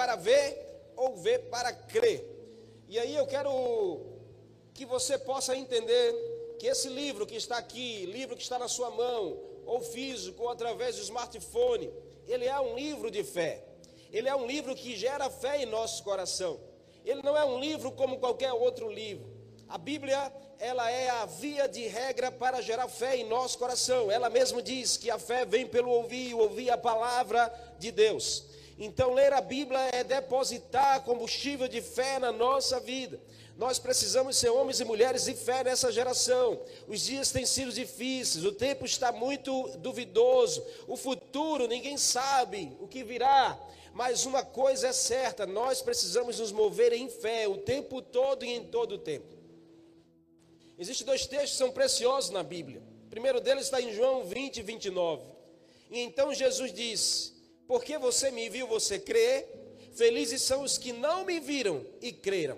para ver ou ver para crer. E aí eu quero que você possa entender que esse livro que está aqui, livro que está na sua mão, ou físico, ou através do smartphone, ele é um livro de fé. Ele é um livro que gera fé em nosso coração. Ele não é um livro como qualquer outro livro. A Bíblia, ela é a via de regra para gerar fé em nosso coração. Ela mesma diz que a fé vem pelo ouvir a palavra de Deus. Então, ler a Bíblia é depositar combustível de fé na nossa vida. Nós precisamos ser homens e mulheres de fé nessa geração. Os dias têm sido difíceis, o tempo está muito duvidoso, o futuro ninguém sabe o que virá. Mas uma coisa é certa, nós precisamos nos mover em fé o tempo todo e em todo o tempo. Existem dois textos que são preciosos na Bíblia. O primeiro deles está em João 20, 29. E então Jesus diz: porque você me viu, você crê, felizes são os que não me viram e creram.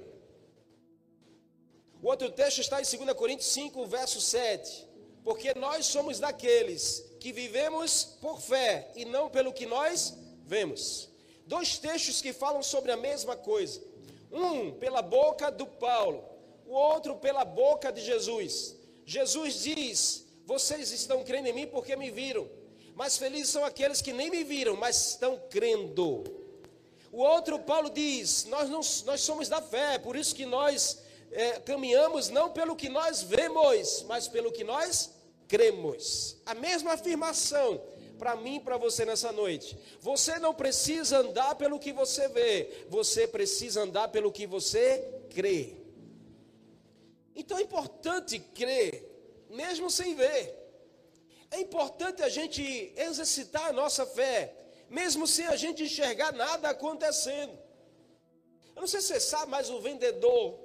O outro texto está em 2 Coríntios 5, verso 7. Porque nós somos daqueles que vivemos por fé e não pelo que nós vemos. Dois textos que falam sobre a mesma coisa. Um pela boca do Paulo, o outro pela boca de Jesus. Jesus diz: vocês estão crendo em mim porque me viram. Mas felizes são aqueles que nem me viram, mas estão crendo. O outro, Paulo diz: nós somos da fé, por isso que nós caminhamos não pelo que nós vemos, mas pelo que nós cremos. A mesma afirmação para mim e para você nessa noite. Você não precisa andar pelo que você vê, você precisa andar pelo que você crê. Então é importante crer, mesmo sem ver. É importante a gente exercitar a nossa fé, mesmo sem a gente enxergar nada acontecendo. Eu não sei se você sabe, mas o vendedor,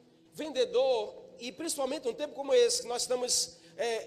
e principalmente num tempo como esse, que nós estamos,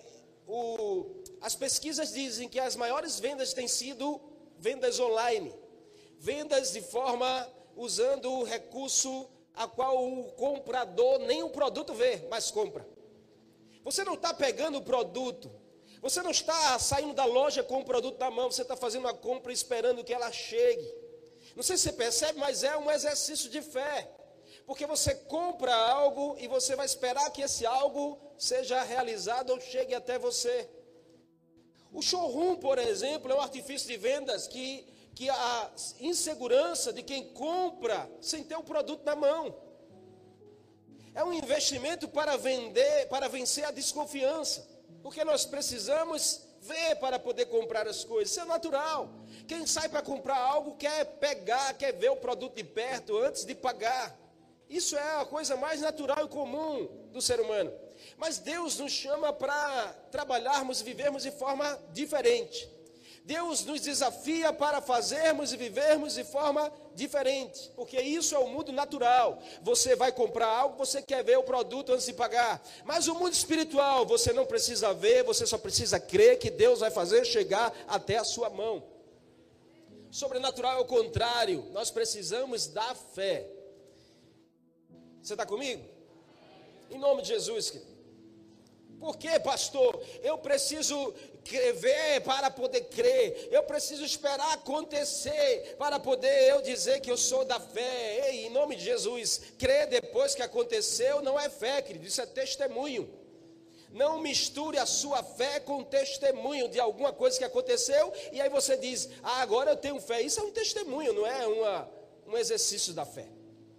as pesquisas dizem que as maiores vendas têm sido vendas online, vendas de forma, usando o recurso a qual o comprador nem o produto vê, mas compra. Você não está pegando o produto, você não está saindo da loja com o produto na mão, você está fazendo a compra esperando que ela chegue. Não sei se você percebe, mas é um exercício de fé. Porque você compra algo e você vai esperar que esse algo seja realizado ou chegue até você. O showroom, por exemplo, é um artifício de vendas que a insegurança de quem compra sem ter o produto na mão. É um investimento para vender, para vencer a desconfiança. Porque nós precisamos ver para poder comprar as coisas. Isso é natural. Quem sai para comprar algo quer pegar, quer ver o produto de perto antes de pagar. Isso é a coisa mais natural e comum do ser humano. Mas Deus nos chama para trabalharmos e vivermos de forma diferente. Deus nos desafia para fazermos e vivermos de forma diferente, porque isso é o mundo natural. Você vai comprar algo, você quer ver o produto antes de pagar. Mas o mundo espiritual, você não precisa ver, você só precisa crer que Deus vai fazer chegar até a sua mão. Sobrenatural é o contrário, nós precisamos da fé. Você está comigo? Em nome de Jesus, querido. Por que, pastor? Eu preciso ver para poder crer. Eu preciso esperar acontecer para poder eu dizer que eu sou da fé. Ei, em nome de Jesus, crer depois que aconteceu não é fé, querido. Isso é testemunho. Não misture a sua fé com testemunho de alguma coisa que aconteceu e aí você diz: ah, agora eu tenho fé. Isso é um testemunho, não é um exercício da fé.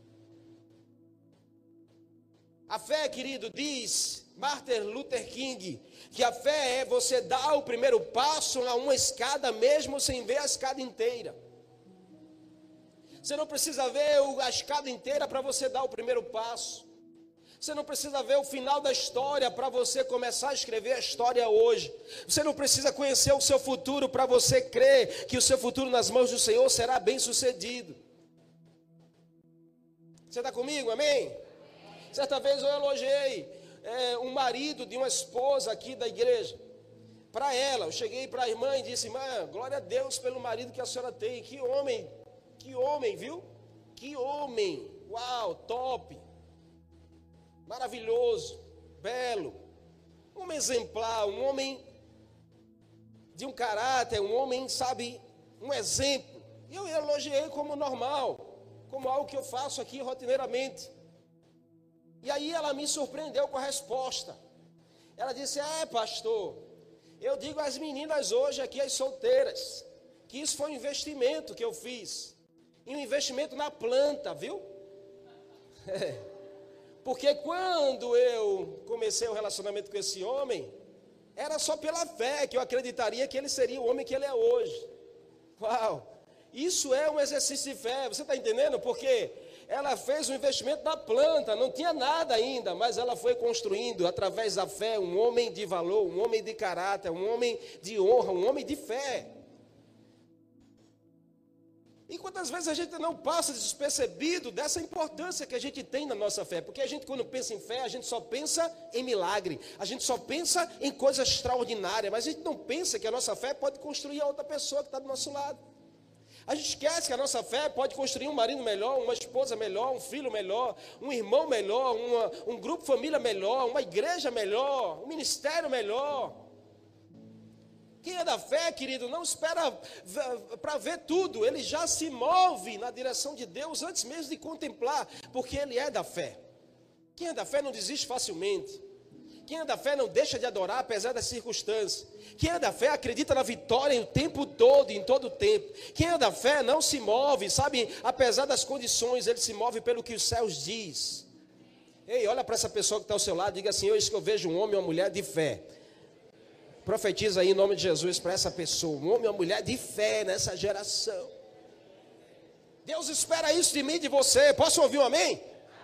A fé, querido, diz Martin Luther King, que a fé é você dar o primeiro passo a uma escada mesmo sem ver a escada inteira. Você não precisa ver a escada inteira para você dar o primeiro passo. Você não precisa ver o final da história para você começar a escrever a história hoje. Você não precisa conhecer o seu futuro para você crer que o seu futuro nas mãos do Senhor será bem sucedido. Você está comigo? Amém? Certa vez eu elogiei um marido de uma esposa aqui da igreja. Para ela, eu cheguei para a irmã e disse: irmã, glória a Deus pelo marido que a senhora tem. Que homem, viu? Que homem, uau, top, maravilhoso, belo, um homem exemplar, um homem de um caráter, um homem, sabe, um exemplo. E eu elogiei como normal. como algo que eu faço aqui rotineiramente. E aí ela me surpreendeu com a resposta. Ela disse: pastor, eu digo às meninas hoje aqui, as solteiras, que isso foi um investimento que eu fiz. E um investimento na planta, viu? Porque quando eu comecei o relacionamento com esse homem, era só pela fé que eu acreditaria que ele seria o homem que ele é hoje. Uau! Isso é um exercício de fé, você está entendendo? Porque ela fez um investimento na planta, não tinha nada ainda, mas ela foi construindo, através da fé, um homem de valor, um homem de caráter, um homem de honra, um homem de fé. E quantas vezes a gente não passa despercebido dessa importância que a gente tem na nossa fé? Porque a gente, quando pensa em fé, a gente só pensa em milagre, a gente só pensa em coisa extraordinária, mas a gente não pensa que a nossa fé pode construir a outra pessoa que está do nosso lado. A gente esquece que a nossa fé pode construir um marido melhor, uma esposa melhor, um filho melhor, um irmão melhor, um grupo família melhor, uma igreja melhor, um ministério melhor. Quem é da fé, querido, não espera para ver tudo, ele já se move na direção de Deus antes mesmo de contemplar, porque ele é da fé. Quem é da fé não desiste facilmente. Quem é da fé não deixa de adorar apesar das circunstâncias. Quem é da fé acredita na vitória o tempo todo, em todo o tempo. Quem é da fé não se move, sabe, apesar das condições, ele se move pelo que os céus diz. Ei, olha para essa pessoa que está ao seu lado, diga assim: hoje que eu vejo um homem ou uma mulher de fé. Profetiza aí em nome de Jesus para essa pessoa, um homem ou uma mulher de fé nessa geração. Deus espera isso de mim e de você. Posso ouvir um amém?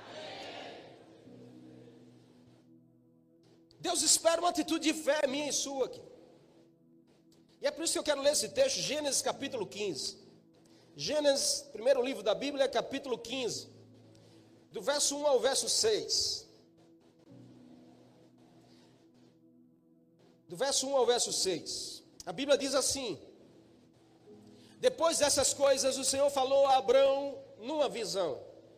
Deus espera uma atitude de fé minha e sua aqui. E é por isso que eu quero ler esse texto, Gênesis capítulo 15. Gênesis, primeiro livro da Bíblia, capítulo 15. Do verso 1 ao verso 6. Do verso 1 ao verso 6. A Bíblia diz assim: depois dessas coisas o Senhor falou a Abrão numa visão.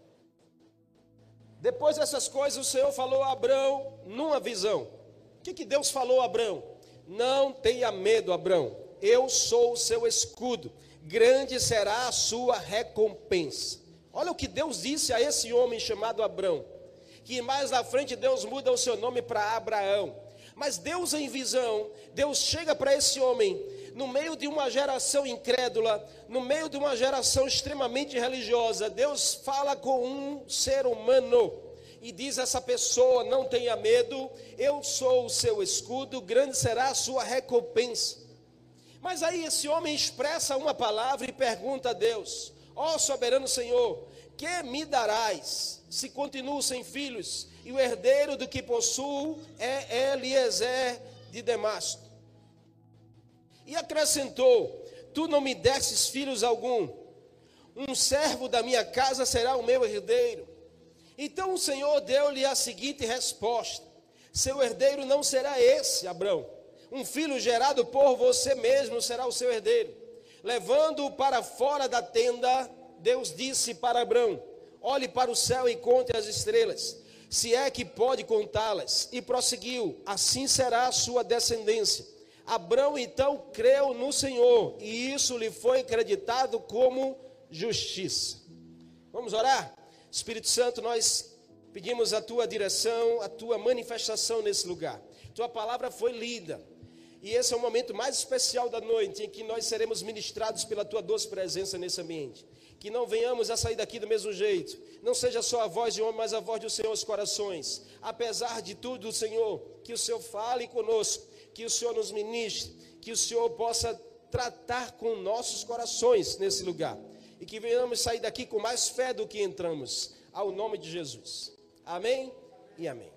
Depois dessas coisas o Senhor falou a Abrão numa visão. O que Deus falou a Abrão? Não tenha medo, Abrão, eu sou o seu escudo, grande será a sua recompensa. Olha o que Deus disse a esse homem chamado Abrão, que mais à frente Deus muda o seu nome para Abraão. Mas Deus em visão, Deus chega para esse homem, no meio de uma geração incrédula, no meio de uma geração extremamente religiosa, Deus fala com um ser humano, e diz a essa pessoa: não tenha medo, eu sou o seu escudo, grande será a sua recompensa. Mas aí esse homem expressa uma palavra e pergunta a Deus: ó soberano Senhor, que me darás, se continuo sem filhos, e o herdeiro do que possuo é Eliezer de Damasco? E acrescentou: tu não me desses filhos algum, um servo da minha casa será o meu herdeiro. Então o Senhor deu-lhe a seguinte resposta: seu herdeiro não será esse, Abrão. Um filho gerado por você mesmo será o seu herdeiro. Levando-o para fora da tenda, Deus disse para Abrão: olhe para o céu e conte as estrelas, se é que pode contá-las. E prosseguiu: assim será a sua descendência. Abrão então creu no Senhor, e isso lhe foi acreditado como justiça. Vamos orar? Espírito Santo, nós pedimos a tua direção, a tua manifestação nesse lugar. Tua palavra foi lida, e esse é o momento mais especial da noite, em que nós seremos ministrados pela tua doce presença nesse ambiente. Que não venhamos a sair daqui do mesmo jeito, não seja só a voz de homem, mas a voz do Senhor aos corações. Apesar de tudo, Senhor, que o Senhor fale conosco, que o Senhor nos ministre, que o Senhor possa tratar com nossos corações nesse lugar. E que venhamos sair daqui com mais fé do que entramos, ao nome de Jesus. Amém e amém.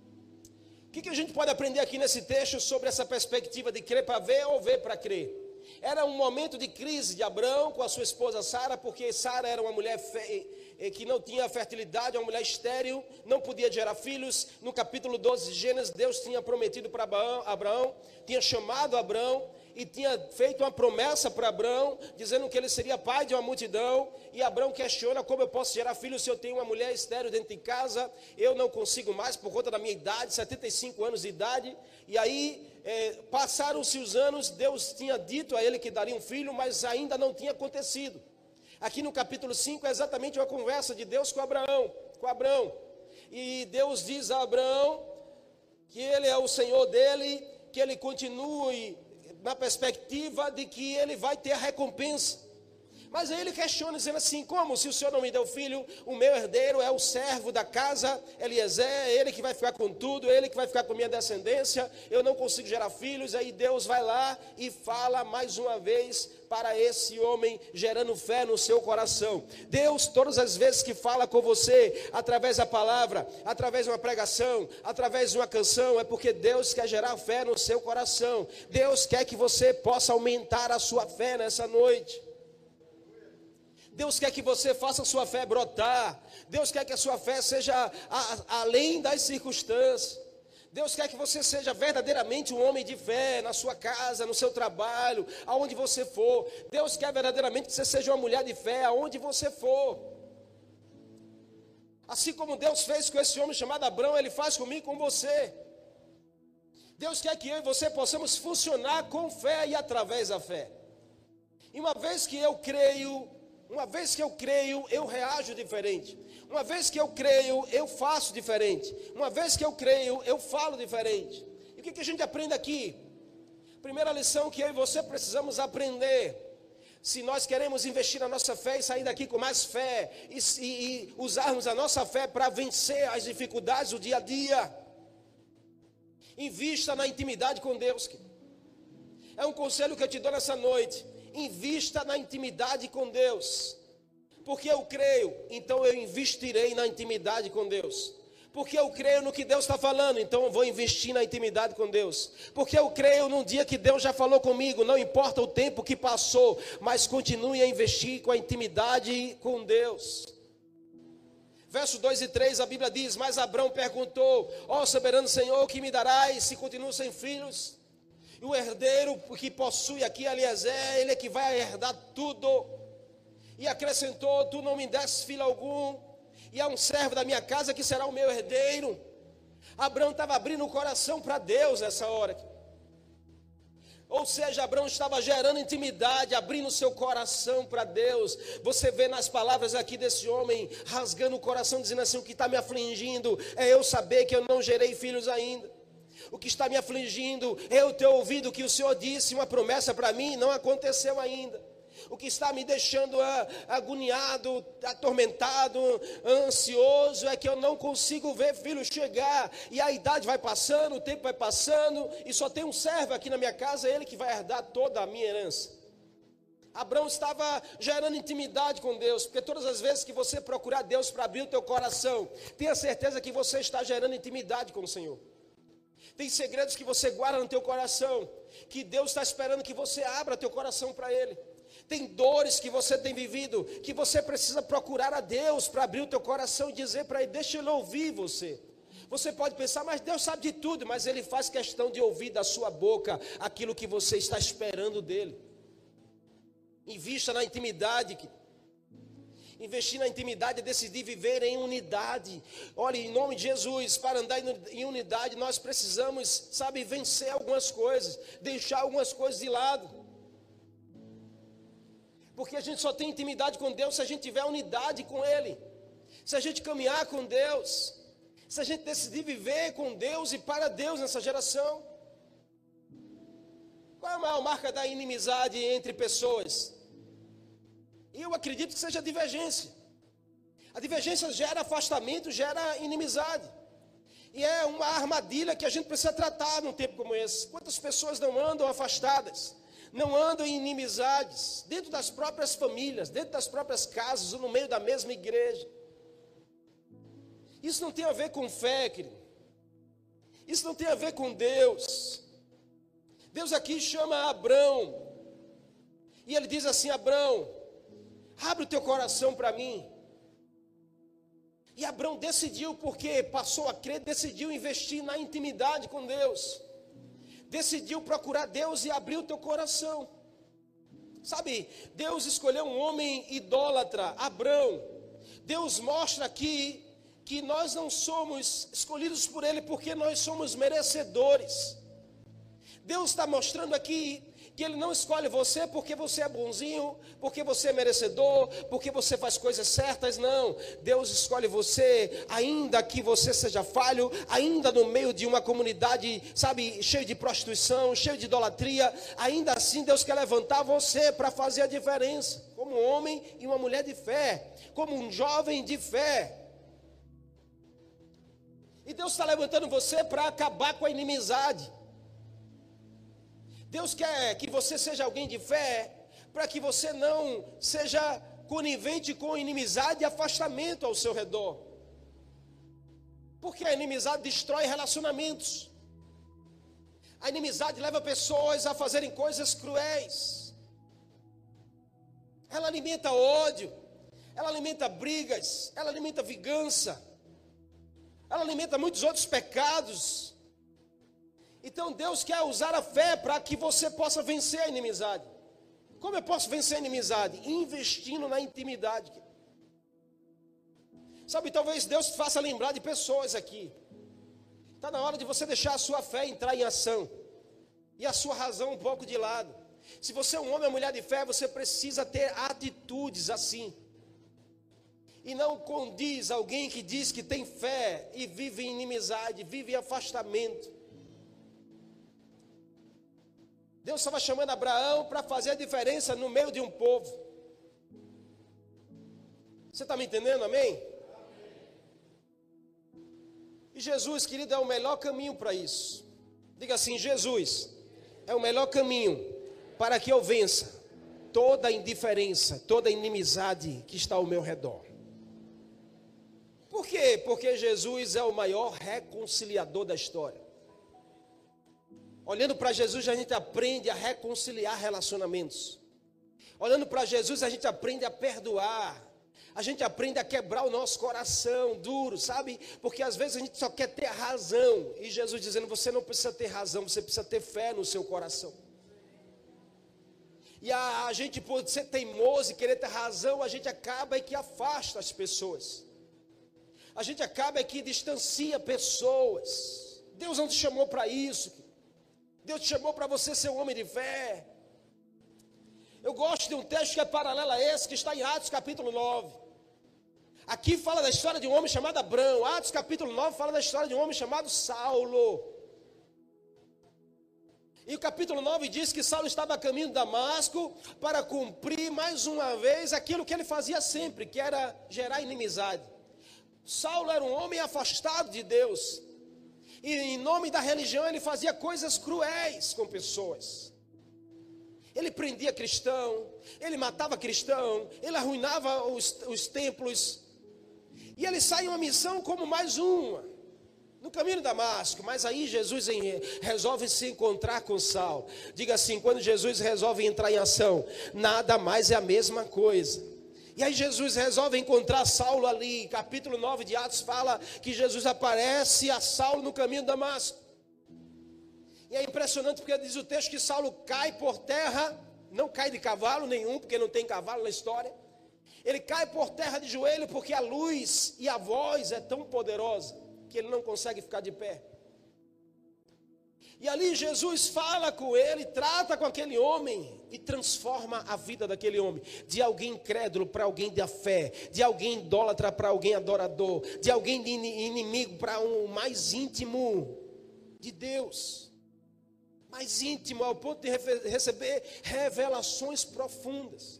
O que a gente pode aprender aqui nesse texto sobre essa perspectiva de crer para ver ou ver para crer? Era um momento de crise de Abrão com a sua esposa Sara, porque Sara era uma mulher que não tinha fertilidade, uma mulher estéril, não podia gerar filhos. No capítulo 12 de Gênesis, Deus tinha prometido para Abraão, tinha chamado Abrão e tinha feito uma promessa para Abrão, dizendo que ele seria pai de uma multidão. E Abrão questiona: como eu posso gerar filhos se eu tenho uma mulher estéril dentro de casa? Eu não consigo mais por conta da minha idade, 75 anos de idade. E aí passaram-se os anos, Deus tinha dito a ele que daria um filho, mas ainda não tinha acontecido. Aqui no capítulo 5 é exatamente uma conversa de Deus com Abraão. E Deus diz a Abraão que ele é o Senhor dele, que ele continue na perspectiva de que ele vai ter a recompensa. Mas aí ele questiona, dizendo assim: como se o Senhor não me deu filho? O meu herdeiro é o servo da casa, Eliezer, é ele que vai ficar com tudo, ele que vai ficar com minha descendência, eu não consigo gerar filhos. Aí Deus vai lá e fala mais uma vez para esse homem, gerando fé no seu coração. Deus, todas as vezes que fala com você, através da palavra, através de uma pregação, através de uma canção, é porque Deus quer gerar fé no seu coração. Deus quer que você possa aumentar a sua fé nessa noite. Deus quer que você faça a sua fé brotar. Deus quer que a sua fé seja além das circunstâncias. Deus quer que você seja verdadeiramente um homem de fé na sua casa, no seu trabalho, aonde você for. Deus quer verdadeiramente que você seja uma mulher de fé aonde você for. Assim como Deus fez com esse homem chamado Abraão, Ele faz comigo e com você. Deus quer que eu e você possamos funcionar com fé e através da fé. E uma vez que eu creio, eu reajo diferente. Uma vez que eu creio, eu faço diferente. Uma vez que eu creio, eu falo diferente. E o que a gente aprende aqui? Primeira lição que eu e você precisamos aprender. Se nós queremos investir na nossa fé e sair daqui com mais fé, e usarmos a nossa fé para vencer as dificuldades do dia a dia, invista na intimidade com Deus. É um conselho que eu te dou nessa noite. Invista na intimidade com Deus. Porque eu creio, então eu investirei na intimidade com Deus. Porque eu creio no que Deus está falando, então eu vou investir na intimidade com Deus. Porque eu creio num dia que Deus já falou comigo, não importa o tempo que passou, mas continue a investir com a intimidade com Deus. Verso 2 e 3, a Bíblia diz: mas Abraão perguntou: ó soberano Senhor, o que me darás se continuo sem filhos? E o herdeiro que possui aqui, Eliezer, ele é que vai herdar tudo. E acrescentou: tu não me deste filho algum, e há um servo da minha casa que será o meu herdeiro. Abraão estava abrindo o coração para Deus nessa hora. Ou seja, Abraão estava gerando intimidade, abrindo o seu coração para Deus. Você vê nas palavras aqui desse homem, rasgando o coração, dizendo assim: o que está me afligindo é eu saber que eu não gerei filhos ainda. O que está me afligindo é eu ter ouvido que o Senhor disse uma promessa para mim e não aconteceu ainda. O que está me deixando agoniado, atormentado, ansioso, é que eu não consigo ver filho chegar. E a idade vai passando, o tempo vai passando, e só tem um servo aqui na minha casa, ele que vai herdar toda a minha herança. Abraão estava gerando intimidade com Deus, porque todas as vezes que você procurar Deus para abrir o teu coração, tenha certeza que você está gerando intimidade com o Senhor. Tem segredos que você guarda no teu coração, que Deus está esperando que você abra teu coração para Ele. Tem dores que você tem vivido, que você precisa procurar a Deus para abrir o teu coração e dizer para Ele: deixa Ele ouvir você. Você pode pensar: mas Deus sabe de tudo. Mas Ele faz questão de ouvir da sua boca aquilo que você está esperando dEle. Invista na intimidade. Investir na intimidade é decidir viver em unidade. Olha, em nome de Jesus, para andar em unidade, nós precisamos, vencer algumas coisas, deixar algumas coisas de lado. Porque a gente só tem intimidade com Deus se a gente tiver unidade com Ele. Se a gente caminhar com Deus, se a gente decidir viver com Deus e para Deus nessa geração. Qual é a maior marca da inimizade entre pessoas? Eu acredito que seja a divergência. A divergência gera afastamento, gera inimizade. E é uma armadilha que a gente precisa tratar num tempo como esse. Quantas pessoas não andam afastadas, não andam em inimizades, dentro das próprias famílias, dentro das próprias casas, ou no meio da mesma igreja. Isso não tem a ver com fé, querido. Isso não tem a ver com Deus. Deus aqui chama Abraão, e Ele diz assim: Abraão, abre o teu coração para mim. E Abraão decidiu, porque passou a crer, decidiu investir na intimidade com Deus. Decidiu procurar Deus e abrir o teu coração. Deus escolheu um homem idólatra, Abraão. Deus mostra aqui que nós não somos escolhidos por Ele porque nós somos merecedores. Deus está mostrando aqui Que Ele não escolhe você porque você é bonzinho, porque você é merecedor, porque você faz coisas certas, não. Deus escolhe você, ainda que você seja falho, ainda no meio de uma comunidade, sabe, cheio de prostituição, cheio de idolatria, ainda assim Deus quer levantar você para fazer a diferença, como um homem e uma mulher de fé, como um jovem de fé. E Deus está levantando você para acabar com a inimizade. Deus quer que você seja alguém de fé, para que você não seja conivente com inimizade e afastamento ao seu redor. Porque a inimizade destrói relacionamentos. A inimizade leva pessoas a fazerem coisas cruéis. Ela alimenta ódio, ela alimenta brigas, ela alimenta vingança, ela alimenta muitos outros pecados. Então Deus quer usar a fé para que você possa vencer a inimizade. Como eu posso vencer a inimizade? Investindo na intimidade. Sabe, talvez Deus te faça lembrar de pessoas aqui. Está na hora de você deixar a sua fé entrar em ação. E a sua razão um pouco de lado. Se você é um homem ou mulher de fé, você precisa ter atitudes assim. E não condiz alguém que diz que tem fé e vive em inimizade, vive em afastamento. Deus estava chamando Abraão para fazer a diferença no meio de um povo. Você está me entendendo, amém? E Jesus, querido, é o melhor caminho para isso. Diga assim: Jesus é o melhor caminho para que eu vença toda a indiferença, toda a inimizade que está ao meu redor. Por quê? Porque Jesus é o maior reconciliador da história. Olhando para Jesus, a gente aprende a reconciliar relacionamentos. Olhando para Jesus, a gente aprende a perdoar. A gente aprende a quebrar o nosso coração duro, sabe? Porque às vezes a gente só quer ter razão. E Jesus dizendo: você não precisa ter razão, você precisa ter fé no seu coração. E a gente, por ser teimoso e querer ter razão, a gente acaba que afasta as pessoas. A gente acaba que distancia pessoas. Deus não te chamou para isso. Deus te chamou para você ser um homem de fé. Eu gosto de um texto que é paralelo a esse, que está em Atos capítulo 9. Aqui fala da história de um homem chamado Abrão. Atos capítulo 9 fala da história de um homem chamado Saulo. E o capítulo 9 diz que Saulo estava a caminho de Damasco para cumprir mais uma vez aquilo que ele fazia sempre, que era gerar inimizade. Saulo era um homem afastado de Deus. E em nome da religião ele fazia coisas cruéis com pessoas. Ele prendia cristão, ele matava cristão, ele arruinava os templos. E ele sai em uma missão como mais uma, no caminho de Damasco. Mas aí Jesus resolve se encontrar com Saulo. Diga assim: quando Jesus resolve entrar em ação, nada mais é a mesma coisa. E aí Jesus resolve encontrar Saulo ali. Capítulo 9 de Atos fala que Jesus aparece a Saulo no caminho de Damasco. E é impressionante porque diz o texto que Saulo cai por terra. Não cai de cavalo nenhum, porque não tem cavalo na história. Ele cai por terra de joelho porque a luz e a voz é tão poderosa que ele não consegue ficar de pé. E ali Jesus fala com ele, trata com aquele homem e transforma a vida daquele homem. De alguém incrédulo para alguém da fé, de alguém idólatra para alguém adorador, de alguém de inimigo para um mais íntimo de Deus. Mais íntimo ao ponto de receber revelações profundas.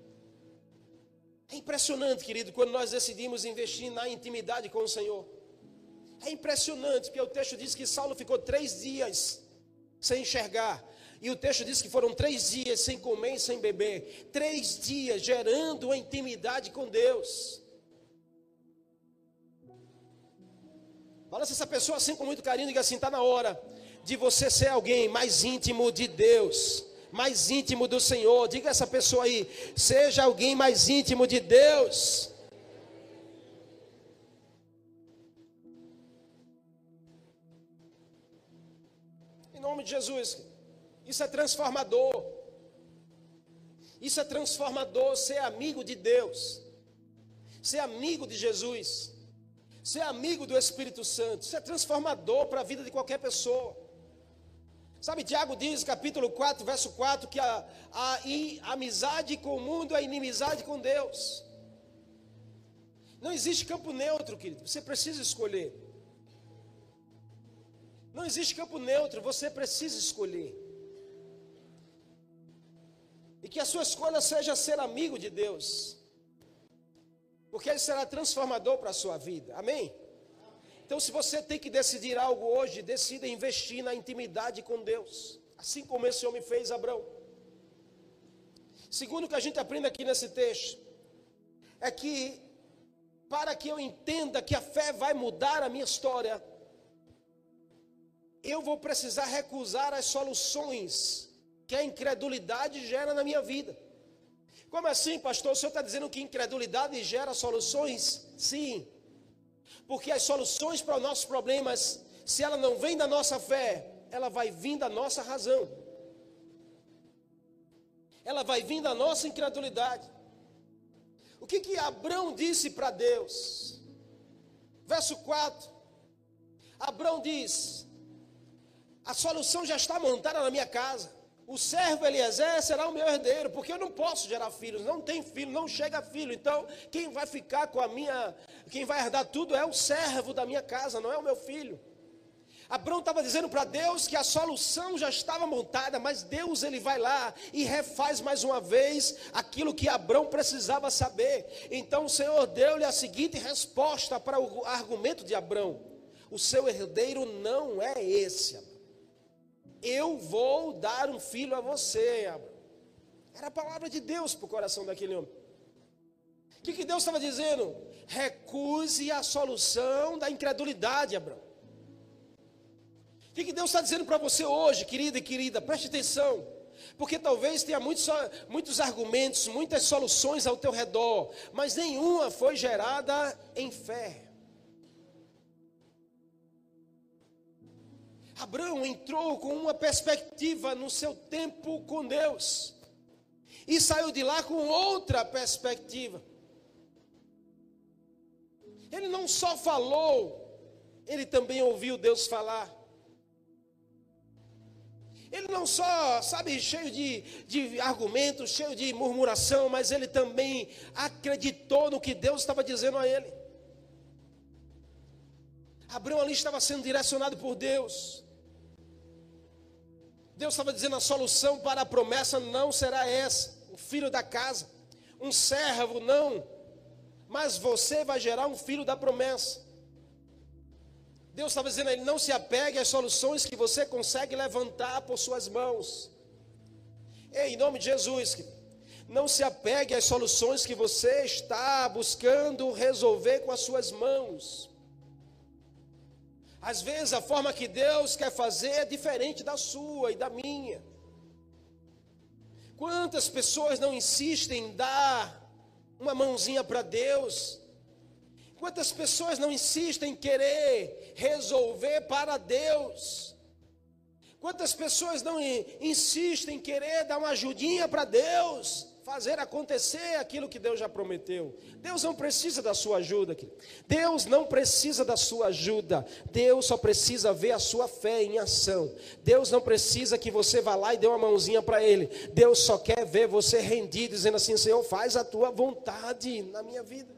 É impressionante, querido, quando nós decidimos investir na intimidade com o Senhor. É impressionante, porque o texto diz que Saulo ficou 3 dias sem enxergar. E o texto diz que foram 3 dias sem comer e sem beber. 3 dias gerando a intimidade com Deus. Balança essa pessoa assim com muito carinho e diga assim: está na hora de você ser alguém mais íntimo de Deus, mais íntimo do Senhor. Diga a essa pessoa aí: seja alguém mais íntimo de Deus. Em nome de Jesus. Isso é transformador. Isso é transformador. Ser amigo de Deus, ser amigo de Jesus, ser amigo do Espírito Santo. Isso é transformador para a vida de qualquer pessoa. Sabe, Tiago diz, capítulo 4, verso 4, que a amizade com o mundo é inimizade com Deus. Não existe campo neutro, querido, você precisa escolher. Não existe campo neutro, você precisa escolher. E que a sua escolha seja ser amigo de Deus, porque Ele será transformador para a sua vida, amém? Então, se você tem que decidir algo hoje, decida investir na intimidade com Deus, assim como esse homem fez, Abrão. Segundo que a gente aprende aqui nesse texto, é que para que eu entenda que a fé vai mudar a minha história, eu vou precisar recusar as soluções que a incredulidade gera na minha vida. Como assim, pastor? O senhor está dizendo que incredulidade gera soluções? Sim. Porque as soluções para os nossos problemas, se ela não vem da nossa fé, ela vai vir da nossa razão. Ela vai vir da nossa incredulidade. O que Abrão disse para Deus? Verso 4. Abrão diz: a solução já está montada na minha casa. O servo Eliezer será o meu herdeiro, porque eu não posso gerar filhos, não tem filho, não chega filho. Então, quem vai ficar com quem vai herdar tudo é o servo da minha casa, não é o meu filho. Abrão estava dizendo para Deus que a solução já estava montada, mas Deus, ele vai lá e refaz mais uma vez aquilo que Abrão precisava saber. Então o Senhor deu-lhe a seguinte resposta para o argumento de Abrão: o seu herdeiro não é esse, Abrão. Eu vou dar um filho a você, Abrão. Era a palavra de Deus para o coração daquele homem. O que Deus estava dizendo? Recuse a solução da incredulidade, Abrão. O que Deus está dizendo para você hoje, querida e querida? Preste atenção, porque talvez tenha muitos argumentos, muitas soluções ao teu redor, mas nenhuma foi gerada em fé. Abrão entrou com uma perspectiva no seu tempo com Deus, e saiu de lá com outra perspectiva. Ele não só falou, ele também ouviu Deus falar. Ele não só, cheio de argumentos, cheio de murmuração, mas ele também acreditou no que Deus estava dizendo a ele. Abrão ali estava sendo direcionado por Deus. Deus estava dizendo: a solução para a promessa não será essa, o filho da casa, um servo, não, mas você vai gerar um filho da promessa. Deus estava dizendo a ele: não se apegue às soluções que você consegue levantar por suas mãos. Em nome de Jesus, não se apegue às soluções que você está buscando resolver com as suas mãos. Às vezes a forma que Deus quer fazer é diferente da sua e da minha. Quantas pessoas não insistem em dar uma mãozinha para Deus? Quantas pessoas não insistem em querer resolver para Deus? Quantas pessoas não insistem em querer dar uma ajudinha para Deus, fazer acontecer aquilo que Deus já prometeu? Deus não precisa da sua ajuda, querido. Deus não precisa da sua ajuda. Deus só precisa ver a sua fé em ação. Deus não precisa que você vá lá e dê uma mãozinha para Ele. Deus só quer ver você rendido, dizendo assim: Senhor, faz a tua vontade na minha vida.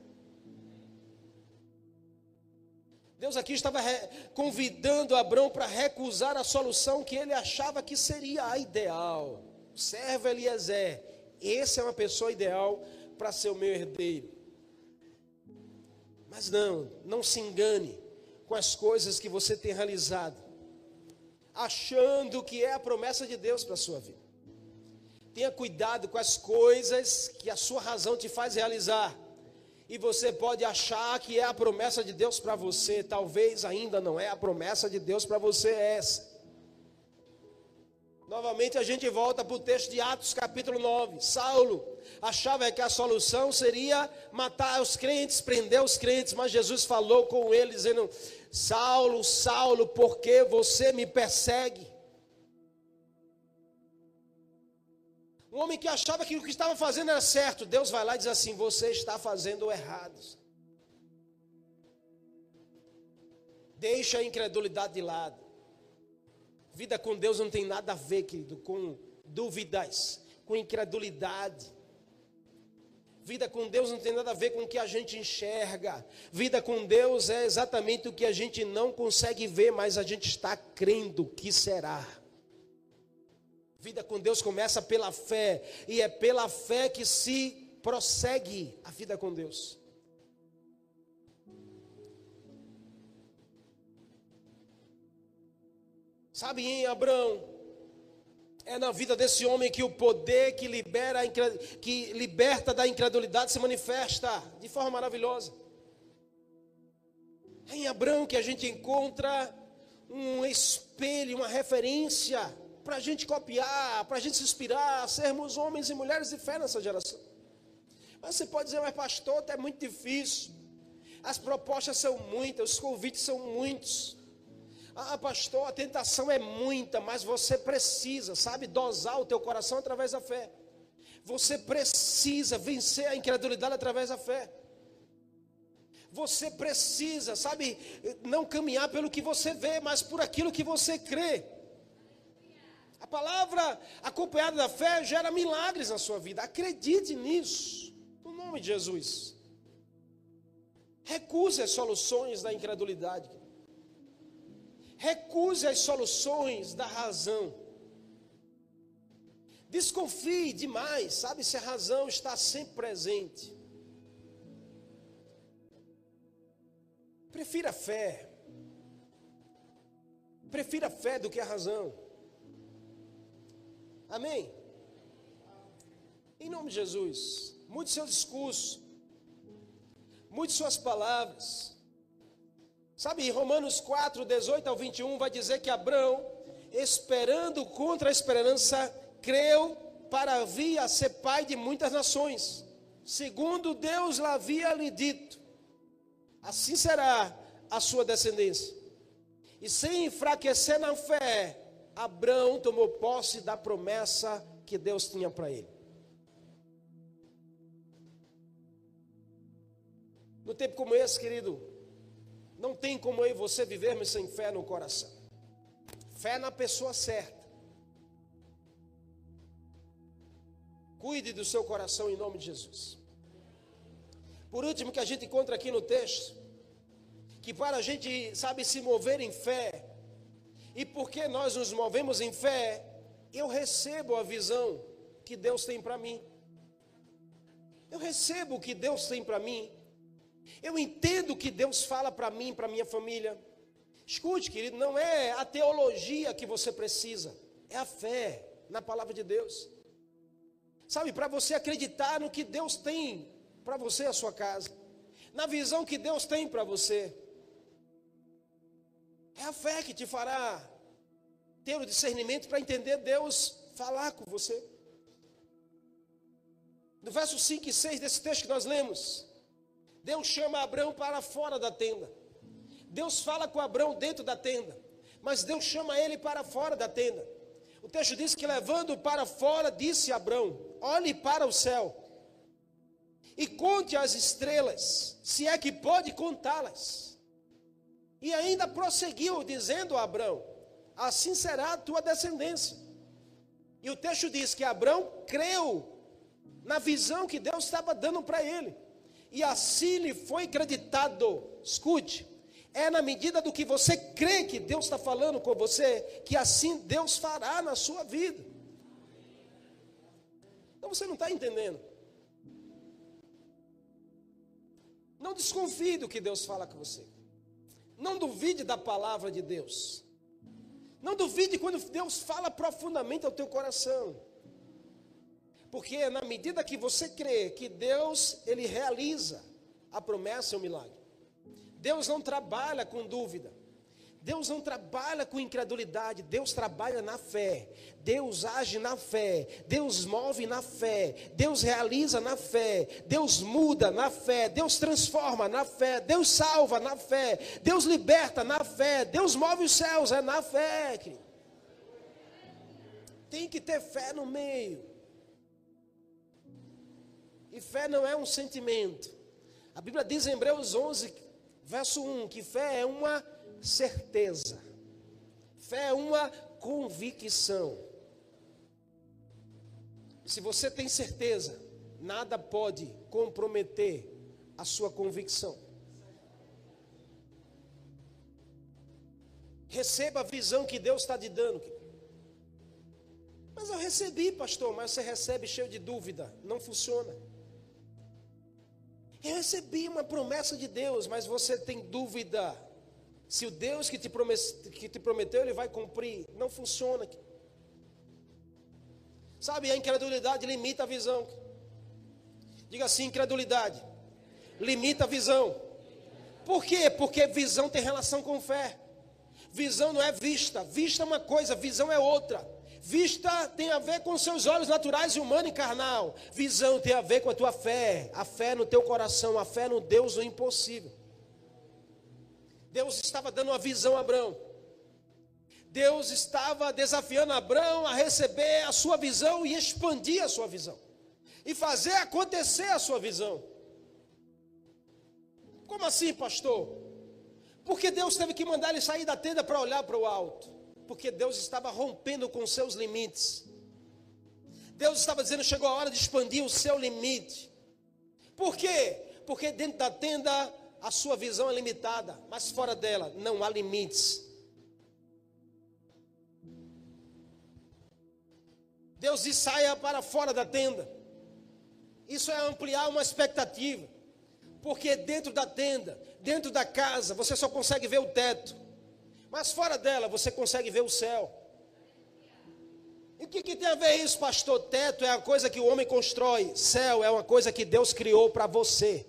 Deus aqui estava convidando Abrão para recusar a solução que ele achava que seria a ideal. O servo Eliezer, esse é uma pessoa ideal para ser o meu herdeiro. Mas não se engane com as coisas que você tem realizado, achando que é a promessa de Deus para a sua vida. Tenha cuidado com as coisas que a sua razão te faz realizar. E você pode achar que é a promessa de Deus para você. Talvez ainda não é a promessa de Deus para você essa. Novamente a gente volta para o texto de Atos capítulo 9. Saulo achava que a solução seria matar os crentes, prender os crentes. Mas Jesus falou com ele dizendo: Saulo, Saulo, por que você me persegue? Um homem que achava que o que estava fazendo era certo, Deus vai lá e diz assim: você está fazendo o errado. Deixa a incredulidade de lado. Vida com Deus não tem nada a ver, querido, com dúvidas, com incredulidade. Vida com Deus não tem nada a ver com o que a gente enxerga. Vida com Deus é exatamente o que a gente não consegue ver, mas a gente está crendo que será. Vida com Deus começa pela fé, e é pela fé que se prossegue a vida com Deus. Sabe, em Abraão, é na vida desse homem que o poder que liberta da incredulidade se manifesta de forma maravilhosa. É em Abraão que a gente encontra um espelho, uma referência para a gente copiar, para a gente se inspirar, sermos homens e mulheres de fé nessa geração. Mas você pode dizer, mas pastor, é muito difícil, as propostas são muitas, os convites são muitos. Pastor, a tentação é muita, mas você precisa, sabe, dosar o teu coração através da fé. Você precisa vencer a incredulidade através da fé. Você precisa, sabe, não caminhar pelo que você vê, mas por aquilo que você crê. A palavra acompanhada da fé gera milagres na sua vida. Acredite nisso, no nome de Jesus. Recuse as soluções da incredulidade. Recuse as soluções da razão. Desconfie demais, sabe, se a razão está sempre presente. Prefira a fé. Prefira a fé do que a razão. Amém? Em nome de Jesus, mude seu discurso, mude suas palavras. Sabe, Romanos 4, 18 ao 21 vai dizer que Abraão, esperando contra a esperança, creu para vir a ser pai de muitas nações, segundo Deus lhe havia lhe dito, assim será a sua descendência. E sem enfraquecer na fé, Abraão tomou posse da promessa que Deus tinha para ele. No tempo como esse, querido, não tem como eu e você vivermos sem fé no coração. Fé na pessoa certa. Cuide do seu coração em nome de Jesus. Por último, que a gente encontra aqui no texto, que para a gente, sabe, se mover em fé, e porque nós nos movemos em fé, eu recebo a visão que Deus tem para mim. Eu recebo o que Deus tem para mim. Eu entendo o que Deus fala para mim, para minha família. Escute, querido, não é a teologia que você precisa, é a fé na palavra de Deus. Sabe, para você acreditar no que Deus tem para você e a sua casa, na visão que Deus tem para você. É a fé que te fará ter o discernimento para entender Deus falar com você. No verso 5 e 6 desse texto que nós lemos, Deus chama Abraão para fora da tenda. Deus fala com Abraão dentro da tenda, mas Deus chama ele para fora da tenda. O texto diz que levando-o para fora, disse a Abraão: olhe para o céu e conte as estrelas, se é que pode contá-las. E ainda prosseguiu dizendo a Abraão: assim será a tua descendência. E o texto diz que Abraão creu na visão que Deus estava dando para ele, e assim lhe foi creditado. Escute, é na medida do que você crê que Deus está falando com você, que assim Deus fará na sua vida. Então você não está entendendo. Não desconfie do que Deus fala com você. Não duvide da palavra de Deus. Não duvide quando Deus fala profundamente ao teu coração. Porque é na medida que você crê que Deus, Ele realiza a promessa e o milagre. Deus não trabalha com dúvida. Deus não trabalha com incredulidade. Deus trabalha na fé. Deus age na fé. Deus move na fé. Deus realiza na fé. Deus muda na fé. Deus transforma na fé. Deus salva na fé. Deus liberta na fé. Deus move os céus, é na fé, querido. Tem que ter fé no meio. E fé não é um sentimento. A Bíblia diz em Hebreus 11, verso 1, que fé é uma certeza. Fé é uma convicção. Se você tem certeza, nada pode comprometer a sua convicção. Receba a visão que Deus está te dando. Mas eu recebi, pastor, mas você recebe cheio de dúvida. Não funciona. Eu recebi uma promessa de Deus, mas você tem dúvida se o Deus que te prometeu, Ele vai cumprir. Não funciona. Sabe, a incredulidade limita a visão. Diga assim, incredulidade limita a visão. Por quê? Porque visão tem relação com fé. Visão não é vista. Vista é uma coisa, visão é outra. Vista tem a ver com seus olhos naturais e humano e carnal. Visão tem a ver com a tua fé. A fé no teu coração, a fé no Deus do impossível. Deus estava dando uma visão a Abraão. Deus estava desafiando Abraão a receber a sua visão e expandir a sua visão. E fazer acontecer a sua visão. Como assim, pastor? Porque Deus teve que mandar ele sair da tenda para olhar para o alto. Porque Deus estava rompendo com seus limites. Deus estava dizendo, chegou a hora de expandir o seu limite. Por quê? Porque dentro da tenda a sua visão é limitada, mas fora dela não há limites. Deus diz, saia para fora da tenda. Isso é ampliar uma expectativa. Porque dentro da tenda, dentro da casa, você só consegue ver o teto. Mas fora dela, você consegue ver o céu. E o que tem a ver isso, pastor? Teto é a coisa que o homem constrói. Céu é uma coisa que Deus criou para você.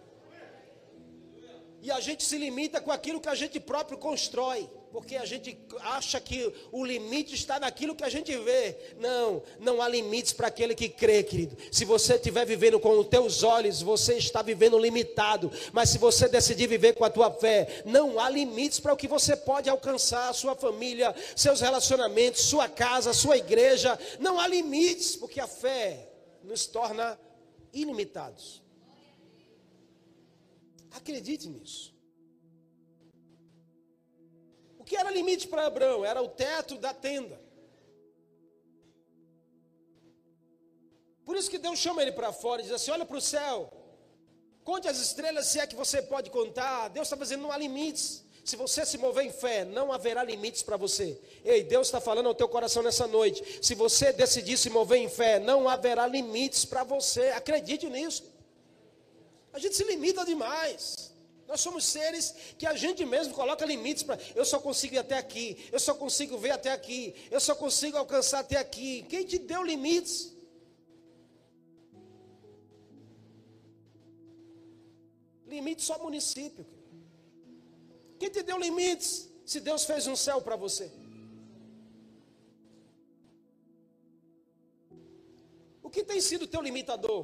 E a gente se limita com aquilo que a gente próprio constrói. Porque a gente acha que o limite está naquilo que a gente vê. Não, não há limites para aquele que crê, querido. Se você estiver vivendo com os teus olhos, você está vivendo limitado. Mas se você decidir viver com a tua fé, não há limites para o que você pode alcançar, sua família, seus relacionamentos, sua casa, sua igreja. Não há limites, porque a fé nos torna ilimitados. Acredite nisso. O que era limite para Abraão? Era o teto da tenda. Por isso que Deus chama ele para fora e diz assim, olha para o céu, conte as estrelas se é que você pode contar. Deus está dizendo, não há limites. Se você se mover em fé, não haverá limites para você. Ei, Deus está falando ao teu coração nessa noite. Se você decidir se mover em fé, não haverá limites para você. Acredite nisso. A gente se limita demais. Nós somos seres que a gente mesmo coloca limites para. Eu só consigo ir até aqui. Eu só consigo ver até aqui. Eu só consigo alcançar até aqui. Quem te deu limites? Limite só município. Quem te deu limites? Se Deus fez um céu para você. O que tem sido o teu limitador?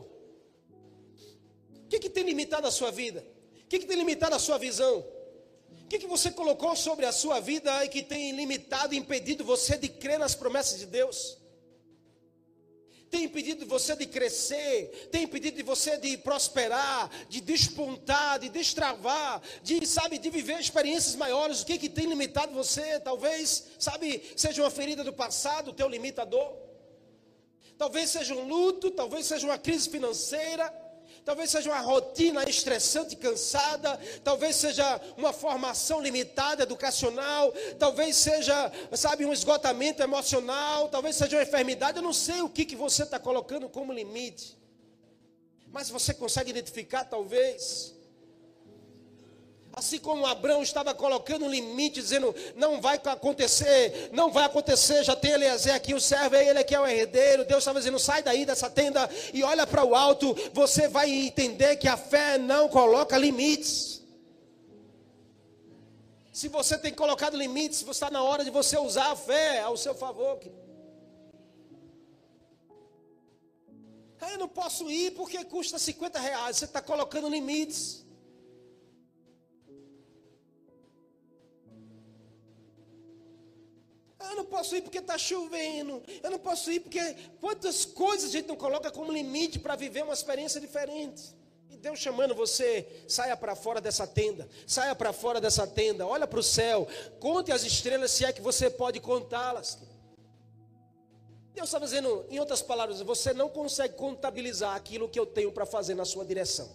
O que tem limitado a sua vida? O que tem limitado a sua visão? O que você colocou sobre a sua vida e que tem limitado e impedido você de crer nas promessas de Deus? Tem impedido você de crescer, tem impedido você de prosperar, de despontar, de destravar, de viver experiências maiores. O que tem limitado você? Talvez, seja uma ferida do passado, o teu limitador. Talvez seja um luto, talvez seja uma crise financeira. Talvez seja uma rotina estressante e cansada. Talvez seja uma formação limitada, educacional. Talvez seja, um esgotamento emocional. Talvez seja uma enfermidade. Eu não sei o que você está colocando como limite. Mas você consegue identificar, talvez. Assim como Abraão estava colocando um limite, dizendo, não vai acontecer, já tem Eliezer aqui, o servo, ele aqui é o herdeiro. Deus estava dizendo, sai daí dessa tenda e olha para o alto, você vai entender que a fé não coloca limites. Se você tem colocado limites, está na hora de você usar a fé ao seu favor. Eu não posso ir porque custa R$50, você está colocando limites. Eu não posso ir porque está chovendo. Eu não posso ir porque... Quantas coisas a gente não coloca como limite para viver uma experiência diferente? E Deus chamando você, saia para fora dessa tenda, saia para fora dessa tenda, olha para o céu, conte as estrelas se é que você pode contá-las. Deus está dizendo, em outras palavras, você não consegue contabilizar aquilo que eu tenho para fazer na sua direção.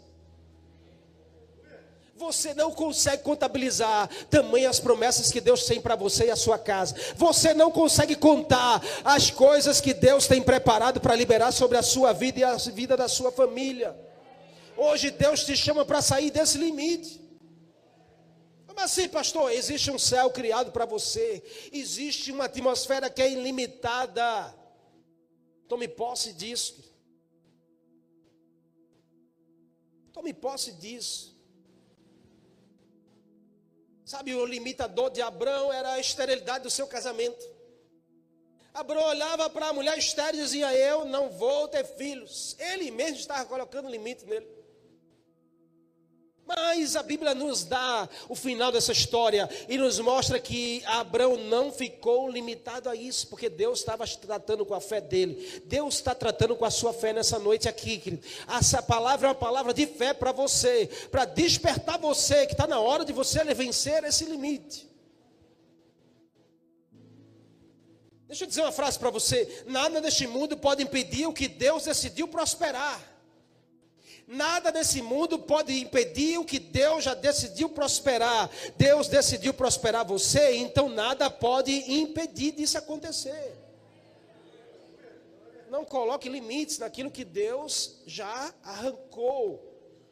Você não consegue contabilizar tamanhas promessas que Deus tem para você e a sua casa. Você não consegue contar as coisas que Deus tem preparado para liberar sobre a sua vida e a vida da sua família. Hoje Deus te chama para sair desse limite. Como assim, pastor? Existe um céu criado para você. Existe uma atmosfera que é ilimitada. Tome posse disso. Tome posse disso. Sabe, o limitador de Abrão era a esterilidade do seu casamento. Abrão olhava para a mulher estéril e dizia, eu não vou ter filhos. Ele mesmo estava colocando limite nele. Mas a Bíblia nos dá o final dessa história e nos mostra que Abrão não ficou limitado a isso, porque Deus estava tratando com a fé dele. Deus está tratando com a sua fé nessa noite aqui, querido. Essa palavra é uma palavra de fé para você, para despertar você, que está na hora de você vencer esse limite. Deixa eu dizer uma frase para você: nada neste mundo pode impedir o que Deus decidiu prosperar. Nada nesse mundo pode impedir o que Deus já decidiu prosperar. Deus decidiu prosperar você, então nada pode impedir disso acontecer. Não coloque limites naquilo que Deus já arrancou.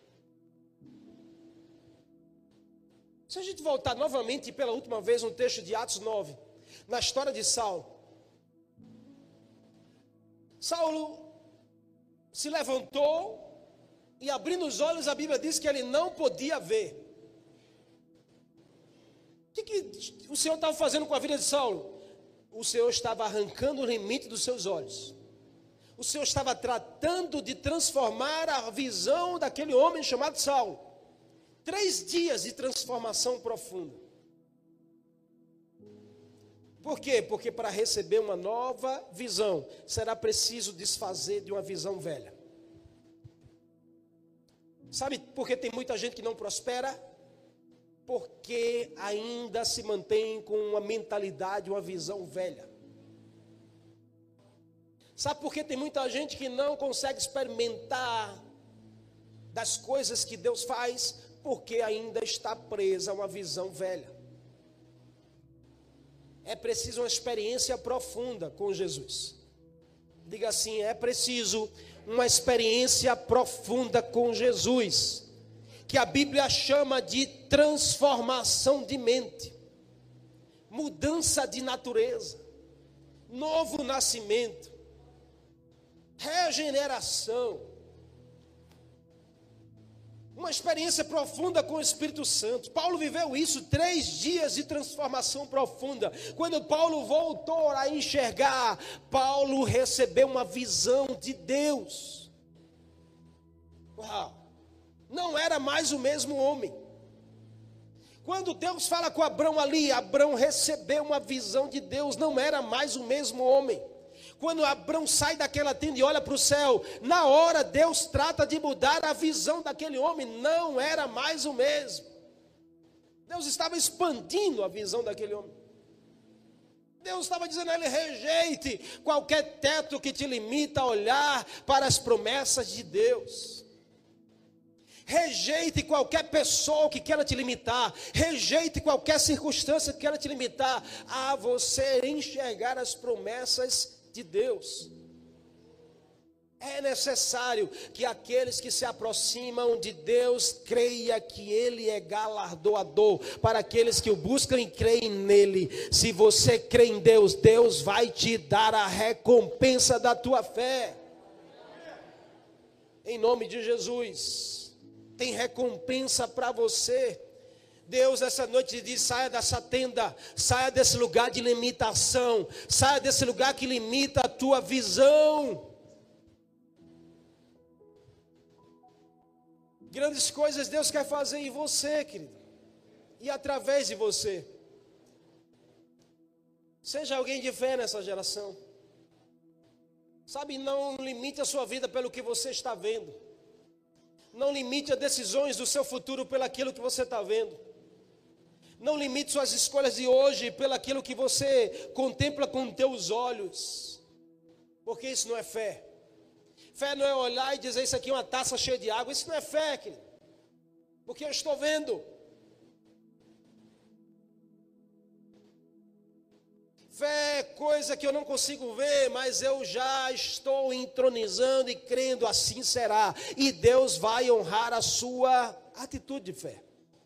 Se a gente voltar novamente pela última vez no texto de Atos 9, na história de Saulo. Saulo se levantou e abrindo os olhos, a Bíblia diz que ele não podia ver. O que o Senhor estava fazendo com a vida de Saulo? O Senhor estava arrancando o limite dos seus olhos. O Senhor estava tratando de transformar a visão daquele homem chamado Saulo. 3 dias de transformação profunda. Por quê? Porque para receber uma nova visão, será preciso desfazer de uma visão velha. Sabe por que tem muita gente que não prospera? Porque ainda se mantém com uma mentalidade, uma visão velha. Sabe por que tem muita gente que não consegue experimentar das coisas que Deus faz? Porque ainda está presa a uma visão velha. É preciso uma experiência profunda com Jesus. Diga assim, é preciso uma experiência profunda com Jesus, que a Bíblia chama de transformação de mente, mudança de natureza, novo nascimento, regeneração, uma experiência profunda com o Espírito Santo. Paulo viveu isso, 3 dias de transformação profunda. Quando Paulo voltou a enxergar, Paulo recebeu uma visão de Deus. Uau! Não era mais o mesmo homem. Quando Deus fala com Abrão ali, Abrão recebeu uma visão de Deus, não era mais o mesmo homem. Quando Abrão sai daquela tenda e olha para o céu, na hora Deus trata de mudar a visão daquele homem, não era mais o mesmo. Deus estava expandindo a visão daquele homem. Deus estava dizendo a ele, rejeite qualquer teto que te limita a olhar para as promessas de Deus. Rejeite qualquer pessoa que queira te limitar. Rejeite qualquer circunstância que queira te limitar a você enxergar as promessas de Deus. É necessário que aqueles que se aproximam de Deus creiam que Ele é galardoador para aqueles que o buscam e creem nele. Se você crê em Deus, Deus vai te dar a recompensa da tua fé. Em nome de Jesus, tem recompensa para você. Deus essa noite diz, saia dessa tenda, saia desse lugar de limitação, saia desse lugar que limita a tua visão. Grandes coisas Deus quer fazer em você, querido, e através de você. Seja alguém de fé nessa geração. Sabe, não limite a sua vida pelo que você está vendo. Não limite as decisões do seu futuro pelaquilo que você está vendo. Não limite suas escolhas de hoje pelaquilo que você contempla com teus olhos. Porque isso não é fé. Fé não é olhar e dizer isso aqui é uma taça cheia de água. Isso não é fé, querido. Porque eu estou vendo. Fé é coisa que eu não consigo ver, mas eu já estou entronizando e crendo, assim será. E Deus vai honrar a sua atitude de fé.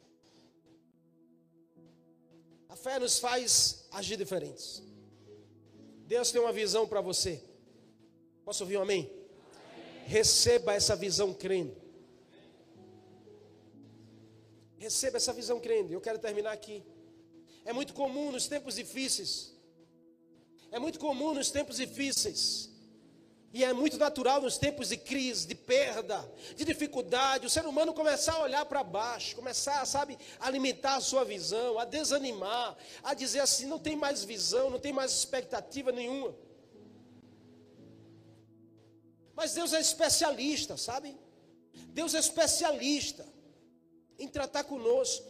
A fé nos faz agir diferentes. Deus tem uma visão para você. Posso ouvir um amém? Receba essa visão crendo. Receba essa visão crendo. Eu quero terminar aqui. É muito comum nos tempos difíceis. É muito comum nos tempos difíceis. E é muito natural nos tempos de crise, de perda, de dificuldade, o ser humano começar a olhar para baixo, começar, a limitar a sua visão, a desanimar, a dizer assim, não tem mais visão, não tem mais expectativa nenhuma. Mas Deus é especialista, sabe? Deus é especialista em tratar conosco.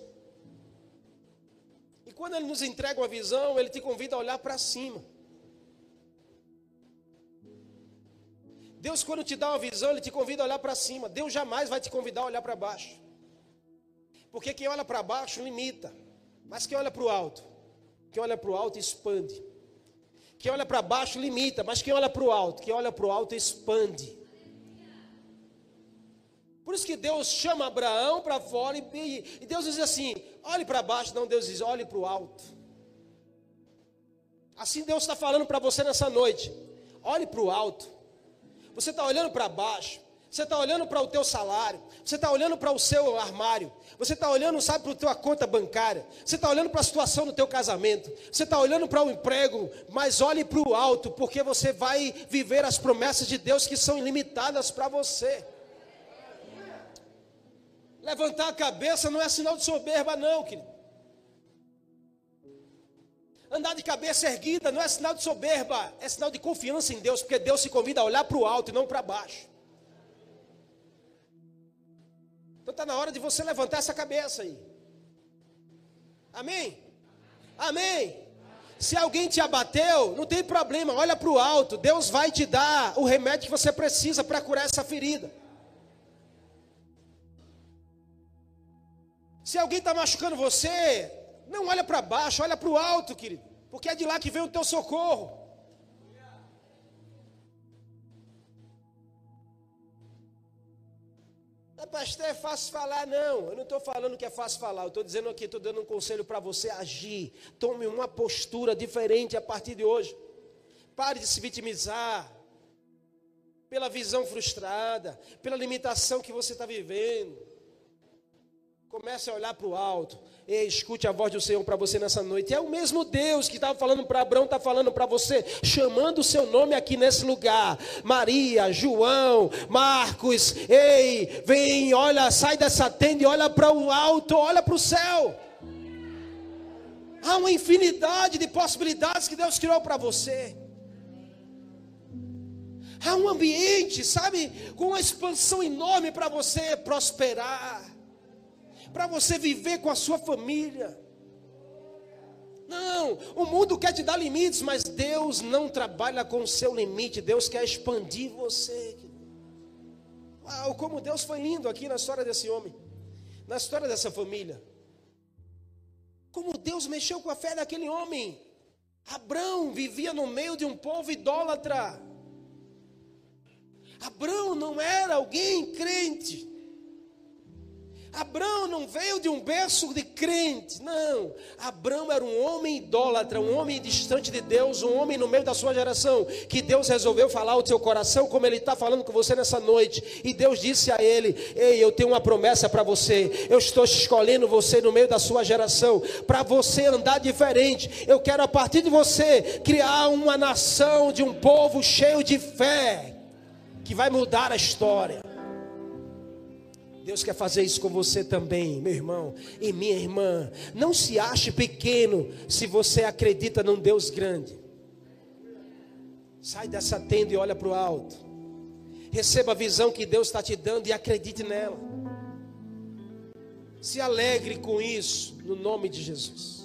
E quando Ele nos entrega uma visão, Ele te convida a olhar para cima. Deus, quando te dá uma visão, Ele te convida a olhar para cima. Deus jamais vai te convidar a olhar para baixo. Porque quem olha para baixo limita. Mas quem olha para o alto? Quem olha para o alto expande. Quem olha para baixo limita. Mas quem olha para o alto? Quem olha para o alto expande. Por isso que Deus chama Abraão para fora e Deus diz assim, olhe para baixo. Não, Deus diz, olhe para o alto. Assim Deus está falando para você nessa noite. Olhe para o alto. Você está olhando para baixo, você está olhando para o teu salário, você está olhando para o seu armário, você está olhando, para a tua conta bancária, você está olhando para a situação do teu casamento, você está olhando para o emprego, mas olhe para o alto, porque você vai viver as promessas de Deus que são ilimitadas para você. Levantar a cabeça não é sinal de soberba não, querido. Andar de cabeça erguida não é sinal de soberba, é sinal de confiança em Deus, porque Deus se convida a olhar para o alto e não para baixo. Então está na hora de você levantar essa cabeça aí. Amém? Amém? Se alguém te abateu, não tem problema, olha para o alto, Deus vai te dar o remédio que você precisa para curar essa ferida. Se alguém está machucando você, não olha para baixo, olha para o alto, querido. Porque é de lá que vem o teu socorro. Pastor, é fácil falar? Não, eu não estou falando que é fácil falar. Eu estou dizendo aqui, estou dando um conselho para você agir. Tome uma postura diferente a partir de hoje. Pare de se vitimizar pela visão frustrada, pela limitação que você está vivendo. Comece a olhar para o alto. Ei, escute a voz do Senhor para você nessa noite. É o mesmo Deus que estava falando para Abraão, está falando para você, chamando o seu nome aqui nesse lugar. Maria, João, Marcos, ei, vem, olha, sai dessa tenda e olha para o alto, olha para o céu. Há uma infinidade de possibilidades que Deus criou para você. Há um ambiente, com uma expansão enorme para você prosperar. Para você viver com a sua família. Não, o mundo quer te dar limites, mas Deus não trabalha com o seu limite. Deus quer expandir você. Uau, como Deus foi lindo aqui na história desse homem, na história dessa família. Como Deus mexeu com a fé daquele homem. Abrão vivia no meio de um povo idólatra. Abrão não era alguém crente. Abrão não veio de um berço de crente, não. Abrão era um homem idólatra, um homem distante de Deus, um homem no meio da sua geração, que Deus resolveu falar ao seu coração, como Ele está falando com você nessa noite. E Deus disse a ele, ei, eu tenho uma promessa para você, eu estou escolhendo você no meio da sua geração, para você andar diferente. Eu quero a partir de você, criar uma nação de um povo cheio de fé, que vai mudar a história. Deus quer fazer isso com você também, meu irmão e minha irmã. Não se ache pequeno se você acredita num Deus grande. Sai dessa tenda e olha para o alto. Receba a visão que Deus está te dando e acredite nela. Se alegre com isso, no nome de Jesus.